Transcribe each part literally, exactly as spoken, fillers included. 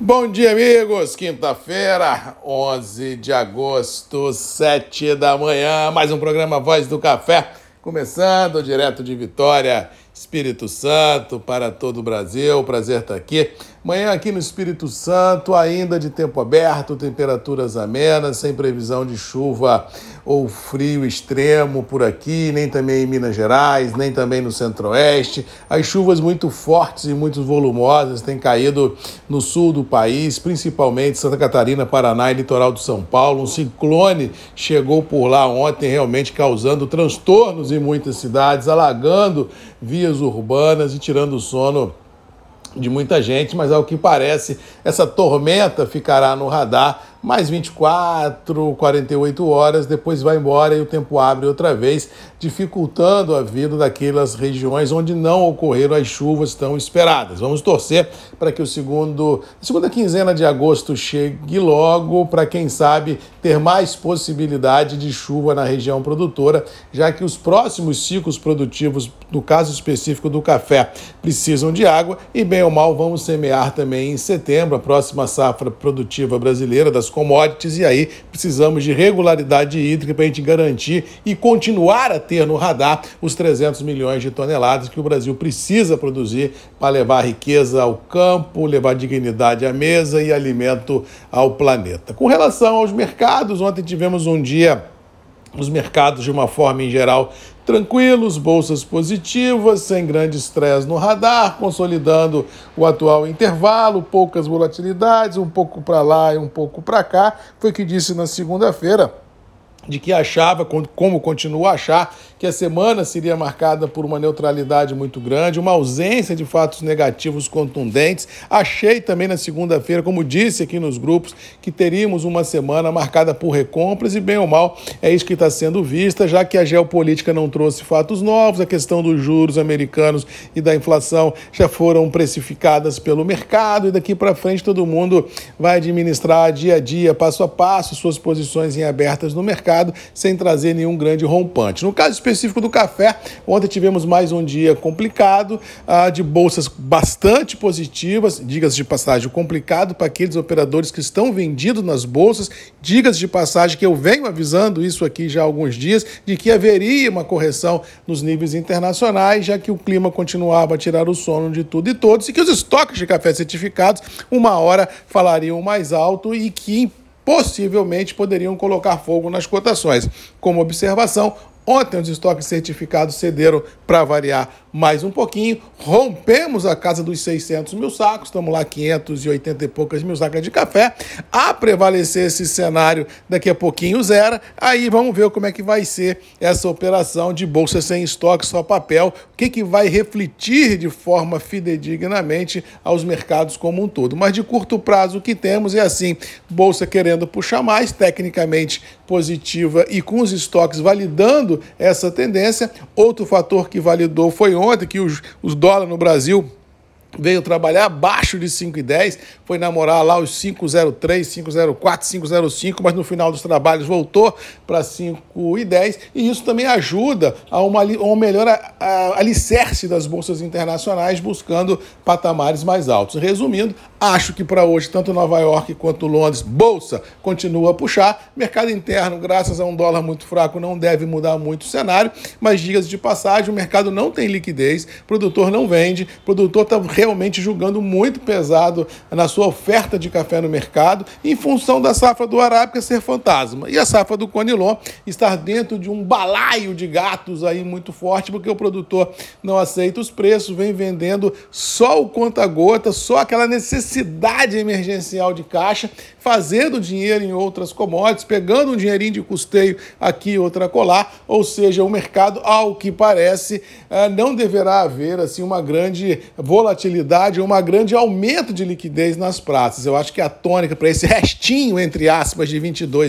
Bom dia, amigos! Quinta-feira, onze de agosto, sete da manhã, mais um programa Voz do Café, começando direto de Vitória, Espírito Santo, para todo o Brasil. Prazer estar aqui. Manhã aqui no Espírito Santo, ainda de tempo aberto, temperaturas amenas, sem previsão de chuva ou frio extremo por aqui, nem também em Minas Gerais, nem também no Centro-Oeste. As chuvas muito fortes e muito volumosas têm caído no sul do país, principalmente Santa Catarina, Paraná e litoral do São Paulo. Um ciclone chegou por lá ontem, realmente causando transtornos em muitas cidades, alagando vias urbanas e tirando o sono de muita gente, mas ao que parece, essa tormenta ficará no radar mais vinte e quatro, quarenta e oito horas, depois vai embora e o tempo abre outra vez, dificultando a vida daquelas regiões onde não ocorreram as chuvas tão esperadas. Vamos torcer para que o segundo, a segunda quinzena de agosto chegue logo, para quem sabe ter mais possibilidade de chuva na região produtora, já que os próximos ciclos produtivos, no caso específico do café, precisam de água e, bem ou mal, vamos semear também em setembro a próxima safra produtiva brasileira das commodities, e aí precisamos de regularidade hídrica para a gente garantir e continuar a ter no radar os trezentos milhões de toneladas que o Brasil precisa produzir para levar riqueza ao campo, levar dignidade à mesa e alimento ao planeta. Com relação aos mercados, ontem tivemos um dia, os mercados de uma forma em geral tranquilos, bolsas positivas, sem grande estresse no radar, consolidando o atual intervalo, poucas volatilidades, um pouco para lá e um pouco para cá. Foi o que disse na segunda-feira, de que achava, como continua a achar, que a semana seria marcada por uma neutralidade muito grande, uma ausência de fatos negativos contundentes. Achei também na segunda-feira, como disse aqui nos grupos, que teríamos uma semana marcada por recompras e, bem ou mal, é isso que está sendo vista, já que a geopolítica não trouxe fatos novos, a questão dos juros americanos e da inflação já foram precificadas pelo mercado e daqui para frente todo mundo vai administrar dia a dia, passo a passo, suas posições em abertas no mercado, sem trazer nenhum grande rompante. No caso específico do café, ontem tivemos mais um dia complicado, ah, de bolsas bastante positivas, diga-se de passagem, complicado para aqueles operadores que estão vendidos nas bolsas, diga-se de passagem que eu venho avisando isso aqui já há alguns dias, de que haveria uma correção nos níveis internacionais, já que o clima continuava a tirar o sono de tudo e todos, e que os estoques de café certificados, uma hora falariam mais alto e que possivelmente poderiam colocar fogo nas cotações. Como observação, ontem os estoques certificados cederam para variar mais um pouquinho, rompemos a casa dos seiscentos mil sacos, estamos lá quinhentos e oitenta e poucas mil sacas de café. A prevalecer esse cenário, daqui a pouquinho zera, aí vamos ver como é que vai ser essa operação de bolsa sem estoque, só papel, o que, que vai refletir de forma fidedignamente aos mercados como um todo. Mas de curto prazo o que temos é assim, bolsa querendo puxar mais, tecnicamente positiva e com os estoques validando essa tendência. Outro fator que validou foi ontem que os, os dólares no Brasil veio trabalhar abaixo de cinco e dez, foi namorar lá os cinco zero três, cinco zero quatro, cinco zero cinco, mas no final dos trabalhos voltou para cinco e dez, e isso também ajuda a uma, a uma melhor a, a, alicerce das bolsas internacionais buscando patamares mais altos. Resumindo, acho que para hoje, tanto Nova York quanto Londres, bolsa continua a puxar, mercado interno, graças a um dólar muito fraco, não deve mudar muito o cenário, mas dias de passagem, o mercado não tem liquidez, produtor não vende, produtor está realmente julgando muito pesado na sua oferta de café no mercado, em função da safra do Arábica ser fantasma. E a safra do Conilon estar dentro de um balaio de gatos aí muito forte, porque o produtor não aceita os preços, vem vendendo só o conta-gota, só aquela necessidade emergencial de caixa, fazendo dinheiro em outras commodities, pegando um dinheirinho de custeio aqui, outra colar, ou seja, o mercado, ao que parece, não deverá haver assim uma grande volatilidade, uma grande aumento de liquidez nas praças. Eu acho que a tônica para esse restinho, entre aspas, de vinte e dois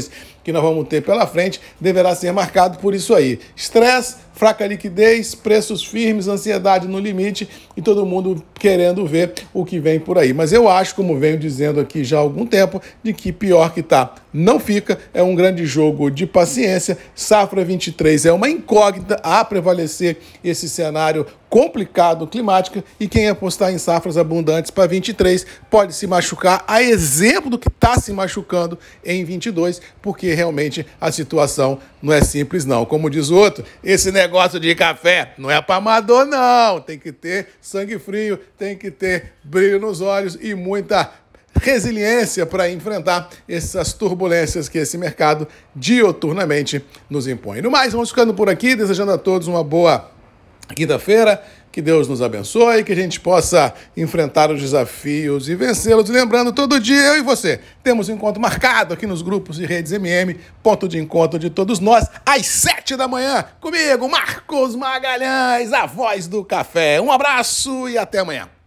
que nós vamos ter pela frente deverá ser marcado por isso aí. Estresse, fraca liquidez, preços firmes, ansiedade no limite e todo mundo querendo ver o que vem por aí. Mas eu acho, como venho dizendo aqui já há algum tempo, de que pior que tá não fica, é um grande jogo de paciência. Safra vinte e três é uma incógnita a prevalecer esse cenário complicado climático e quem apostar em safras abundantes para vinte e três pode se machucar, a exemplo do que está se machucando em vinte e dois, porque realmente a situação não é simples não. Como diz o outro, esse negócio de café não é para amador não, tem que ter sangue frio, tem que ter brilho nos olhos e muita resiliência para enfrentar essas turbulências que esse mercado dioturnamente nos impõe. No mais, vamos ficando por aqui, desejando a todos uma boa quinta-feira, que Deus nos abençoe, que a gente possa enfrentar os desafios e vencê-los. Lembrando, todo dia eu e você temos um encontro marcado aqui nos grupos de Redes M M, ponto de encontro de todos nós, às sete da manhã, comigo, Marcos Magalhães, a voz do café. Um abraço e até amanhã.